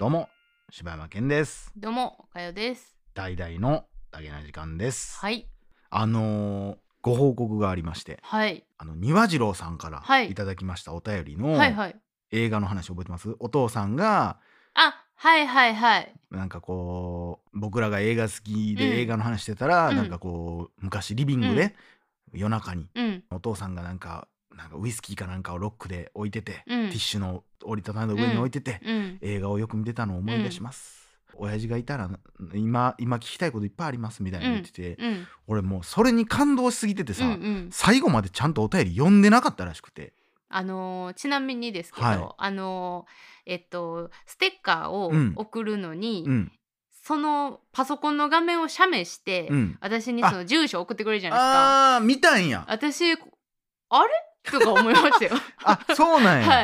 どうも柴山健です。 どうも、おかよです。 代々のダゲな時間です。 はい。 ご報告がありまして、 はい。 庭次郎さんからはい。 いただきましたお便りのはいはい。 映画の話覚えてます？お父さんがあ、はいはいはい。 なんかこう僕らが映画好きうん。 で映画の話してたら、 うん。 なんかこう昔リビンうん。 グで夜中にうん。 お父さんがなんかウイスキーかなんかをロックで置いてて、 うん。 ティッシュの折りたたんだ上に置いうん。 てて、 うん。 映画をよく見てたのを思い出します。親父がいたら今聞きたいこといっぱいありますみたいなの言ってて、 うん。 俺もうそれに感動しすぎててうん。うさ、 ん。 最後までちゃんとお便り読んでなかったらしくて。 ちなみにですけはい。 ど、ステッカーをうん。 送るのに、 うん。 そのパソコンの画面を写メして、 うん。 私にそあ、 の住所を送ってくれるじゃないですか。 見たんや。 私、あれとか思いましたよ。 そうなんや。 はい。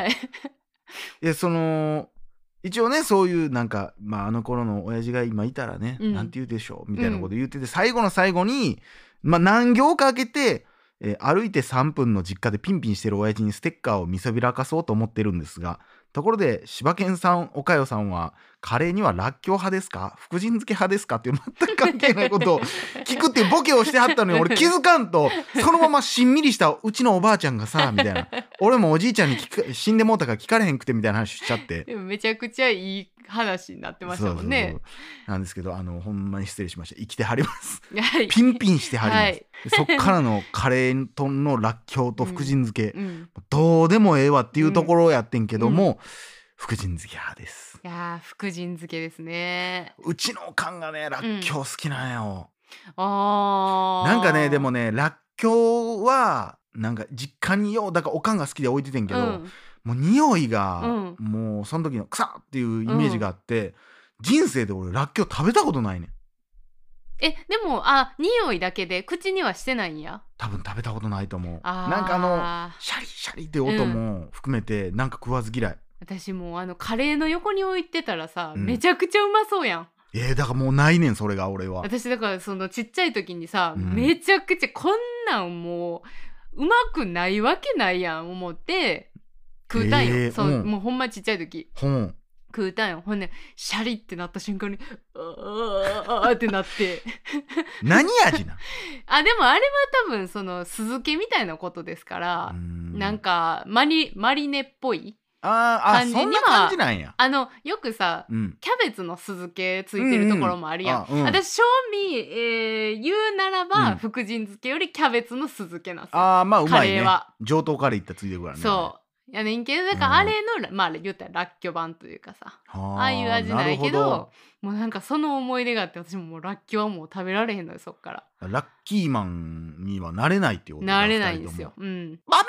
一応ね、そういうなんか、あの頃の親父が今いたらね、 うん。 なんて言うでしょうみたいなこうん。 と言ってて、最後の最後に、何行か開けて、歩いて3分の実家でピンピンしてる親父にステッカーを見せびらかそうと思ってるんですが、ところで柴犬さん、おかよさんはカレーにはらっきょう派ですか、福神漬け派ですかっていう全く関係ないことを聞くっていうボケをしてはったのに、俺気づかんと、そのまましんみりしたうちのおばあちゃんがさみたいな、俺もおじいちゃんに死んでもうたから聞かれへんくてみたいな話しちゃって。 でもめちゃくちゃいい話になってましたもんね。 なんですけど、ほんまに失礼しました。生きてはりますはい。 ピンピンしてはります、 はい。 そっからのカレーとのらっきょうと福神漬け、 うん。 どうでもええわっていうところやってんけども、 うん。 福神漬け派です。 いやー、福神漬けですね。 うちのおかんがね、らっきょう好きなんよ。なんかね、でもあね、らっきょうはなんか実家にだからおかんが好きで置いててんけあ。うど、 ん。 もう匂いがうん。 もうその時の臭っっていうイうメージん。 があって、人生で俺らっきょう食べたことないねん。 でも、匂いだけで口にはしてないんや。 多分食べたことないと思う。なんかああ。 シャリシャリってう音ん。 も含めてなんか食わず嫌い。 私もうカレーの横に置いてたらさ、 うん。 めちゃくちゃうまそうやん。 だからもうないねんそれが俺は。 私だからそのちっちゃい時にさ、 うん。 めちゃくちゃこんなんもう、うまくないわけないやん思って食うたんよ。そう、 うん。 もうほんまちっちゃい時。 ほん。 食うたんよ。ほんで、シャリってなった瞬間に、あーってなって。 何味な。 でもあれは多分その酢漬けみたいなことですかうーら、なんん。 かマリネっぽい感じそんな感には、 じなんや。 よくさ、 うん。 キャベツの酢漬けつうんいてるとこうん。 ろもあるやん。 うん。 私、正味、言うならば、 うん。 福神漬けよりキャベツの酢漬けなんですよ。 うカまいね。 レーは。 上等カレーいったらついてくるからね、あれ。 そう。やねんけど、だからあうん。 れの、言ったららっきょ版というかさ、ああいうはあ、なる味なんやほど。 けど、もうなんかその思い出があって、私もうらっきょうはもう食べられへんのよ、そっから。 ラッキーマンにはなれないっていうことだ、 なれな二人とも。 いんですよ。うん。 バビョーン。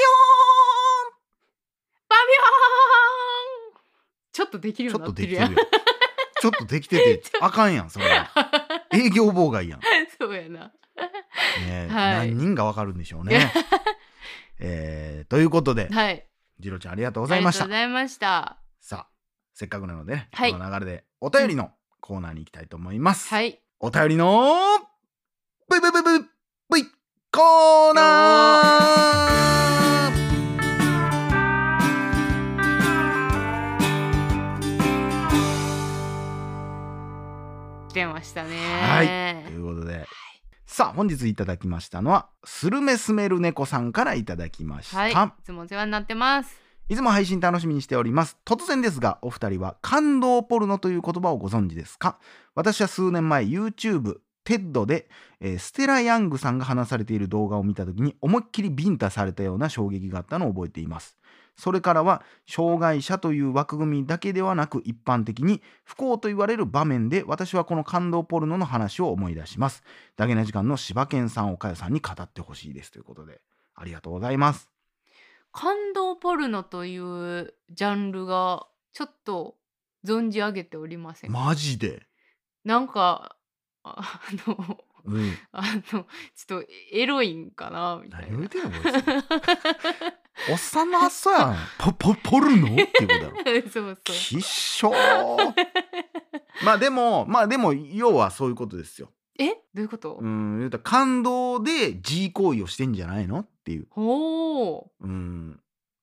バビョーンちょっとできるようちょっとになってるやん。 できてるやん。ちょっとできててあかんやん、それは。営業妨害やん。 そうやな。 ね、 はい。 何人がわかるんでしょうね。ということで、 はい。 ジロちゃんありがとうごありがざいました。 とうございました。 さあ、せっかくなのでね、 はい。 この流れでお便りのコーナーに行きたいと思います。 はい。 お便りのブイブイブイブイブイコーナー。 来てましたはい。 ね。 ということで、さあ本日いただきましたのはスルメスメル猫さんからいただきました。 はい。いつもお世話になってます。 いつも配信楽しみにしております。突然ですが、お二人は感動ポルノという言葉をご存知ですか？私は数年前 YouTube、TED で、ステラ・ヤングさんが話されている動画を見たときに思いっきりビンタされたような衝撃があったのを覚えています。それからは障害者という枠組みだけではなく一般的に不幸と言われる場面で私はこの感動ポルノの話を思い出します。ダゲな時間の柴犬さん、岡谷さんに語ってほしいですということで、ありがとうございます。 感動ポルノというジャンルがちょっと存じ上げておりません。 マジで。 なんか、あの、 うん。 ちょっとエロいんかなみたいな。 何を言うてんのこいつ。おっさんの発想やん。ポルノっていうことやろ。 そうそう。 きっしょー。でも要はそういうことですよ。 どういうこと？ 言うたら感動で G 行為をしてんじゃないのっていう。 ほう。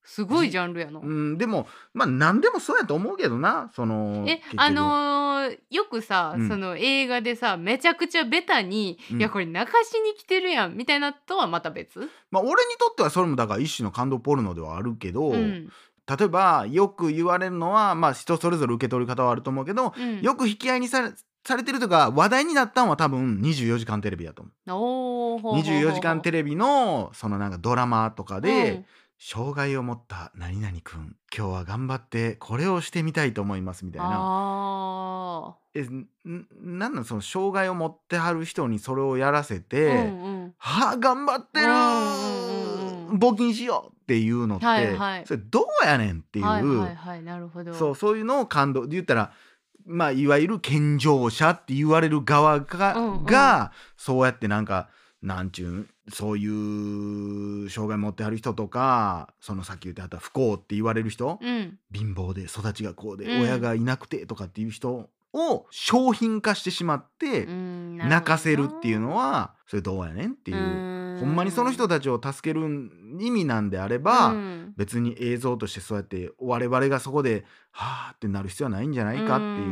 すごいジャンルやな。 でもまあ何でもそうやと思うけどな、その結局。 よくさ、 うんその映画でさ、めちゃくちゃベタに、 うんいやこれ泣かしに来てるやんみたいなとはまた別？ まあ俺にとってはそれもだから一種の感動ポルノではあるけど、 うん例えばよく言われるのは、まあ人それぞれ受け取り方はあると思うけど、 うん。 よく引き合いにされてるとか話題になったのは多分24時間テレビだと思う。 おお、ほうほうほうほう。 24時間テレビのそのなんかドラマとかで、 うん障害を持った何々くん今日は頑張ってこれをしてみたいと思いますみたいな。 あなんなんその障害を持ってはる人にそれをやらせあ。うて、 んうん。 はあ頑張ってるうん募金しようっていうのって、 はいはいそれどうやねんっていう、 はいはいはい、なるほど。 そういうのを感動で言ったら、まあいわゆる健常者って言われる側がそうやってなんかなんちゅうんそういう障害持ってはる人とか、そのさっき言ってはった不幸って言われる人、 うん貧乏で育ちがこうで、 うん親がいなくてとかっていう人を商品化してしまって泣かせるっていうのはそれどうやねんっていう、ほんまにその人たちを助ける意味なんであれば、別に映像としてそうやって我々がそこではあってなる必要はないんじゃないかっていう、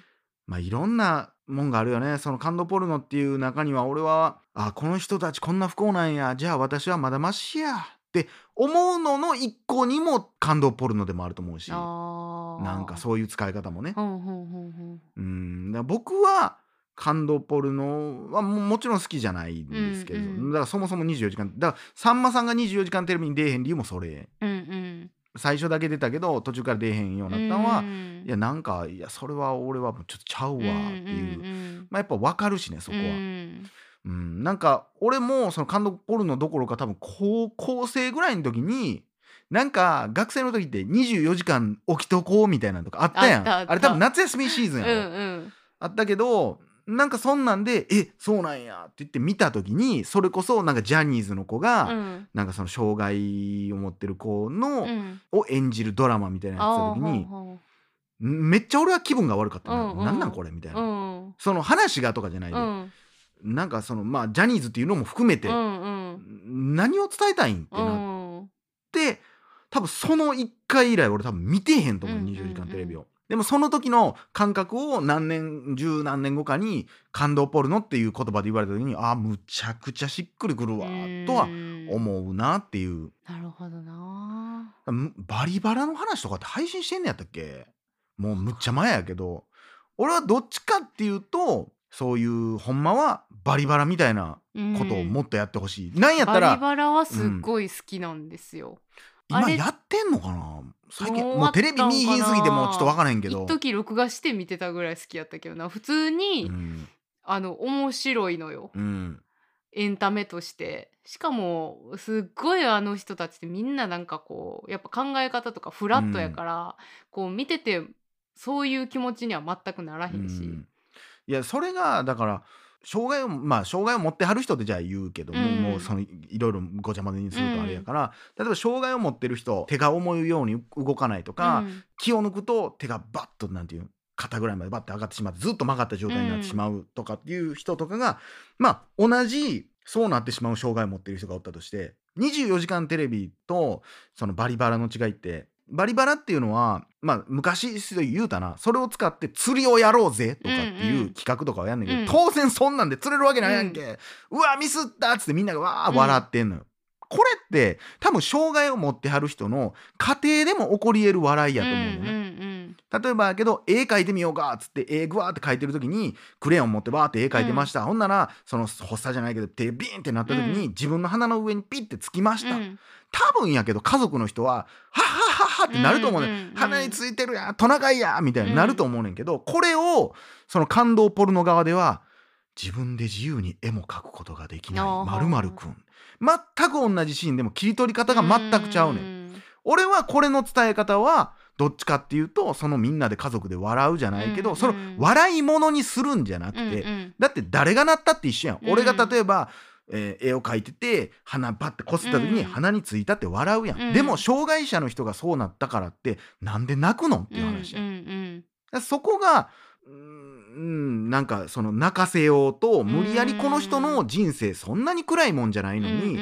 まあいろんなもんがあるよね。その感動ポルノっていう中には俺はこの人たちこんな不幸なんや、じゃあ私はまだマシやって思うのの一個にも感動ポルノでもあると思うし、なんかそういう使い方もね。だから僕は感動ポルノはもちろん好きじゃないんですけど、だからそもそも24時間だからさんまさんが24時間テレビに出えへん理由もそれ。最初だけ出たけど途中から出えへんようになったのは、いやなんかいやそれは俺はちょっとちゃうわっていう、まあやっぱ分かるしねそこは。なんか俺もその感動ポルノどころか多分高校生ぐらいの時になんか学生の時って24時間起きとこうみたいなのとかあったやん。 あったあれ多分夏休みシーズンやろ。あったけどなんかそんなんでそうなんやって言って見た時にそれこそなんかジャニーズの子が、なんかその障害を持ってる子の、を演じるドラマみたいなやつやった時に、めっちゃ俺は気分が悪かったな、なんなんこれみたいな、その話がとかじゃないで、なんかそのまあジャニーズっていうのも含めて、何を伝えたいんってなって、多分その1回以来俺多分見てへんと思う、24時間テレビを。でもその時の感覚を十何年後かに感動ポルノっていう言葉で言われた時にむちゃくちゃしっくりくるわとは思うなっていう。 なるほどな。 バリバラの話とかって配信してんねやったっけ？もうむっちゃ前やけど、俺はどっちかっていうとそういうほんまはバリバラみたいなことをもっとやってほしい。なんやったらバリバラはすっごい好きなんですよ。 今やってんのかな最近。もうテレビ見いひんすぎてもうちょっと分からへんけど、 一時録画して見てたぐらい好きやったけどな。普通に、面白いのよ、エンタメとして。しかもすっごいあの人たちってみんななんかこうやっぱ考え方とかフラットやから、こう見ててそういう気持ちには全くならへんし、 いやそれがだから障害を持ってはる人ってじゃあ言うけども、もうそのいろいろごちゃ混ぜにするとあれやから、例えば障害を持ってる人手が思うように動かないとか、気を抜くと手がバッとなんていう肩ぐらいまでバッて上がってしまってずっと曲がった状態になってしまうとかっていう人とかが、まあ同じそうなってしまう障害を持ってる人がおったとして、24時間テレビとそのバリバラの違いって、バリバラっていうのはまあ昔言うたな、それを使って釣りをやろうぜとかっていう企画とかをやんねんけど、当然そんなんで釣れるわけないやんけ、うわミスったっつってみんながわー笑ってんのよ。これって多分障害を持ってはる人の家庭でも起こり得る笑いやと思うのね。例えばやけど絵描いてみようかっつって絵ぐわーって描いてる時にクレヨン持ってバーって絵描いてました、ほんならその発作じゃないけど手ビーンってなった時に、自分の鼻の上にピッてつきました、多分やけど家族の人ははっはっはっはってなると思うね、鼻についてるやんトナカイやみたいになると思うねんけど、これをその感動ポルノ側では自分で自由に絵も描くことができない〇〇くん、全く同じシーンでも切り取り方が全くちゃうねん。俺はこれの伝え方はどっちかっていうと、そのみんなで家族で笑うじゃないけど、その笑い物にするんじゃなくて、だって誰がなったって一緒やん。俺が例えば、絵を描いてて鼻パッてこすった時に鼻についたって笑うやん、でも障害者の人がそうなったからってなんで泣くのっていう話やん、そこがなんかその泣かせようと無理やりこの人の人生そんなに暗いもんじゃないのに、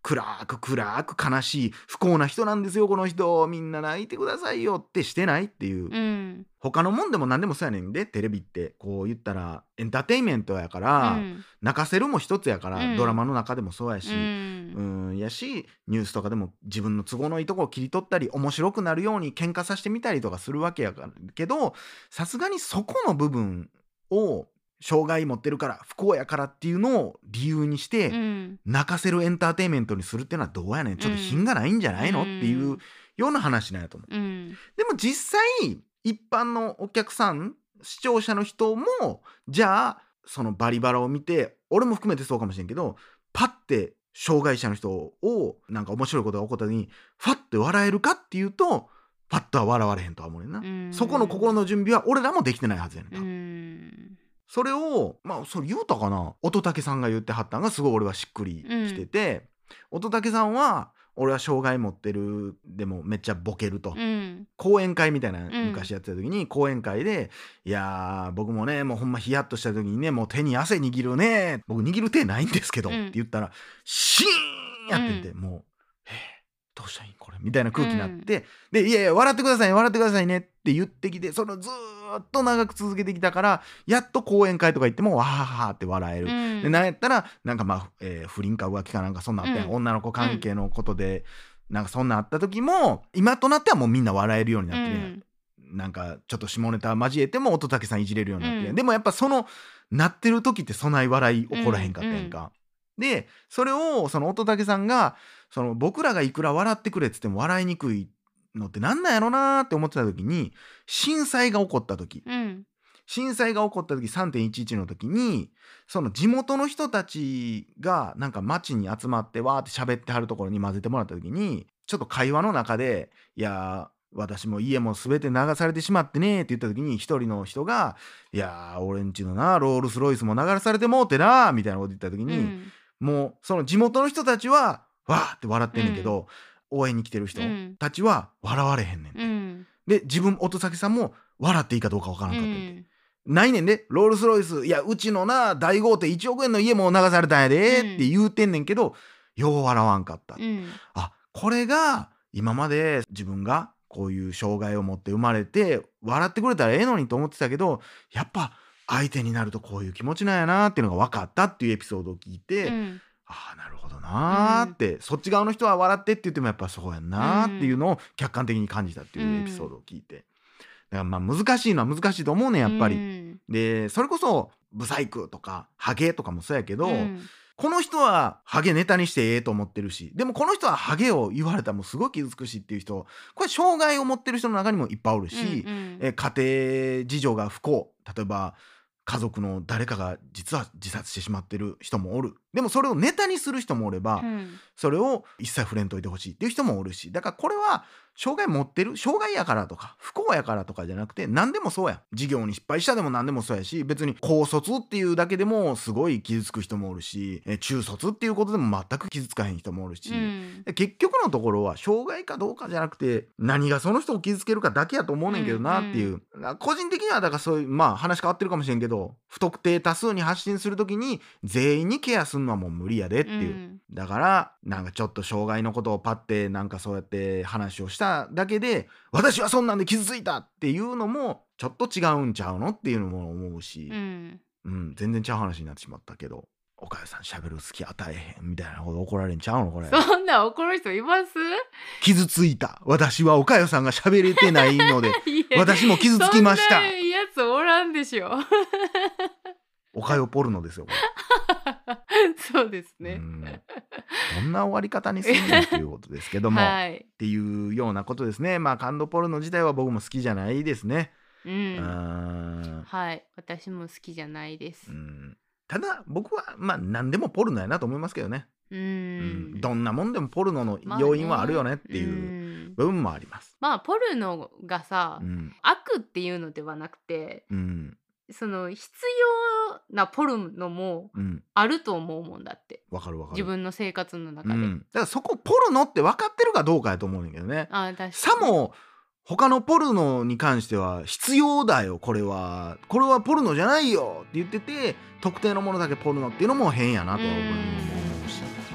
暗く悲しい不幸な人なんですよこの人、みんな泣いてくださいよってしてないっていう、 うん、 他のもんでも何でもそうやねんで、テレビってこう言ったらエンターテインメントやから、泣かせるも一つやから、ドラマの中でもそうやし、やしニュースとかでも自分の都合のいいところを切り取ったり面白くなるように喧嘩させてみたりとかするわけやからけど、さすがにそこの部分を障害持ってるから不幸やからっていうのを理由にして、泣かせるエンターテインメントにするっていうのはどうやねん、ちょっと品がないんじゃないの、っていうような話なんやと思う。でも実際一般のお客さん視聴者の人もじゃあそのバリバラを見て、俺も含めてそうかもしれんけど、パッて障害者の人をなんか面白いことが起こった時にファッて笑えるかっていうと、パッとは笑われへんとは思うねんな。そこの心の準備は俺らもできてないはずやねん。それをそれ言うたかな、乙武さんが言ってはったんがすごい俺はしっくりきてて、乙武さんは俺は障害持ってるでもめっちゃボケると、講演会みたいな昔やってた時に、講演会でいやー僕もねもうほんまヒヤッとした時にねもう手に汗握るね、僕握る手ないんですけど、って言ったらシーンやってて、もうどうしたらいいんこれみたいな空気になって、でいやいや笑ってくださいねって言ってきて、そのずーっと長く続けてきたから、やっと講演会とか行ってもわははって笑える。でなんやったらなんか不倫か浮気かなんかそんなあったやん、女の子関係のことでなんかそんなあった時も今となってはもうみんな笑えるようになってるやん。なんかちょっと下ネタ交えても乙武さんいじれるようになってるやん。でもやっぱそのなってる時ってそない笑い起こらへんかったやんか。でそれをその乙武さんがその僕らがいくら笑ってくれっつっても笑いにくいのってなんなんやろなーって思ってた時に、震災が起こった時、3.11 の時にその地元の人たちがなんか街に集まってわーって喋ってはるところに混ぜてもらった時に、ちょっと会話の中でいや私も家も全て流されてしまってねって言った時に、一人の人がいや俺んちのなロールスロイスも流されてもうてなみたいなこと言った時に、もうその地元の人たちはわーって笑ってんねんけど、応援に来てる人たちは笑われへんねんて、で自分乙武さんも笑っていいかどうかわからんかったんて、ないねんでロールスロイス、いやうちのな大豪邸1億円の家も流されたんやでって言うてんねんけど、よう笑わんかった、あこれが今まで自分がこういう障害を持って生まれて笑ってくれたらええのにと思ってたけど、やっぱ相手になるとこういう気持ちなんやなっていうのが分かったっていうエピソードを聞いて、ああなるほどなーって、そっち側の人は笑ってって言ってもやっぱそうやんなーっていうのを客観的に感じたっていうエピソードを聞いて、だから難しいのは難しいと思うねんやっぱり、でそれこそブサイクとかハゲとかもそうやけど、この人はハゲネタにしてええと思ってるし、でもこの人はハゲを言われたらもうすごい傷つくしっていう人、これ障害を持ってる人の中にもいっぱいおるし、家庭事情が不幸、例えば家族の誰かが実は自殺してしまってる人もおる。でもそれをネタにする人もおれば、それを一切触れんといてほしいっていう人もおるし、だからこれは障害持ってる、障害やからとか不幸やからとかじゃなくて、何でもそうや。事業に失敗したでも何でもそうやし、別に高卒っていうだけでもすごい傷つく人もおるし、中卒っていうことでも全く傷つかへん人もおるし、結局のところは障害かどうかじゃなくて、何がその人を傷つけるかだけやと思うねんけどなっていう、個人的にはだからそういう話変わってるかもしれんけど、不特定多数に発信するときに全員にケアするのはもう無理やでっていう、だからなんかちょっと障害のことをパッてなんかそうやって話をしただけで私はそんなんで傷ついたっていうのもちょっと違うんちゃうのっていうのも思うし、全然ちゃう話になってしまったけど、岡谷さん喋る好き与えへんみたいなこと怒られんちゃうのこれ。 そんな怒る人います？ 傷ついた、私は岡谷さんが喋れてないので私も傷つきました。 そんなやつおらんでしょおかよポルノですよこれそうですね、 どんな終わり方にするのということですけども、っていうようなことですね。感動ポルノ自体は僕も好きじゃないですね。 はい、私も好きじゃないです。 ただ僕は何でもポルノやなと思いますけどね。どんなもんでもポルノの要因はあるよねっていう部分もあります。 ポルノがさ、悪っていうのではなくて、その必要なポルノもあると思うもんだって。 わかるわかる。 自分の生活の中で、 だからそこポルノって分かってるかどうかやと思うんだけどね。 確かに。 さも他のポルノに関しては必要だよ、これはポルノじゃないよって言ってて、特定のものだけポルノっていうのも変やなとは思うし、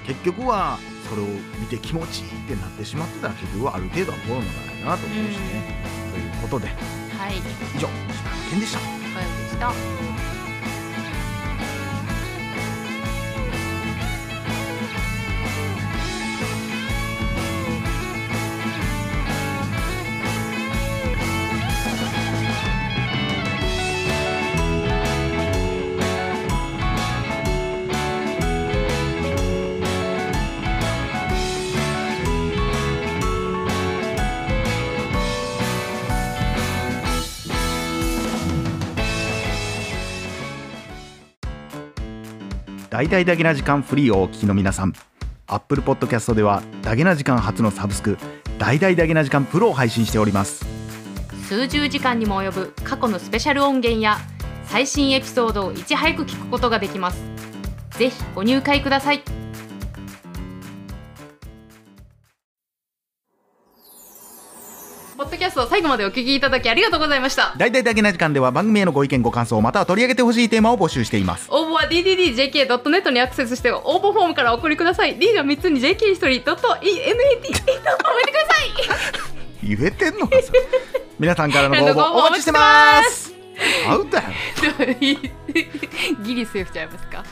結局はそれを見て気持ちいいってなってしまってたら結局はある程度はコロナだなと思うしね、ということで、 はい、 以上石川県でした。 おかよでした。 大々だけな時間フリーをお聞きの皆さん、 Apple Podcast ではだけな時間初のサブスク大々だけな時間プロを配信しております。 数十時間にも及ぶ過去のスペシャル音源や最新エピソードをいち早く聞くことができます。ぜひご入会ください。ポッドキャスト最後までお聞きいただきありがとうございました。 大々だけな時間では番組へのご意見ご感想または取り上げてほしいテーマを募集しています。 応募は dddjk.net にアクセスして応募フォームからお送りください。 D が3つに JK1 人 .net おめてください言えてんのかそれ皆さんからのご応募お待ちしてます。アウトやろギリセーフちゃいますか。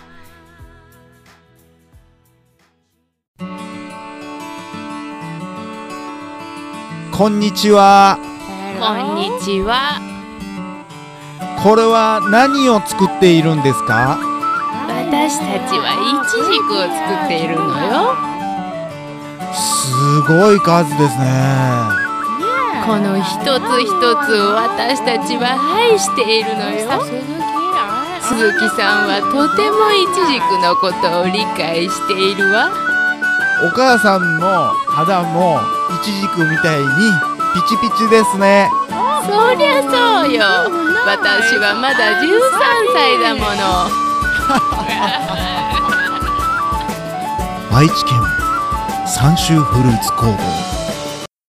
こんにちは。 こんにちは。 これは何を作っているんですか？ 私たちはイチジクを作っているのよ。 すごい数ですね。 この一つ一つを私たちは愛しているのよ。鈴木さんはとてもイチジクのことを理解しているわ。 お母さんの肌もイチジクみたいにピチピチですね。 そりゃそうよ。私はまだ13歳だもの。 愛知県三州フルーツ工房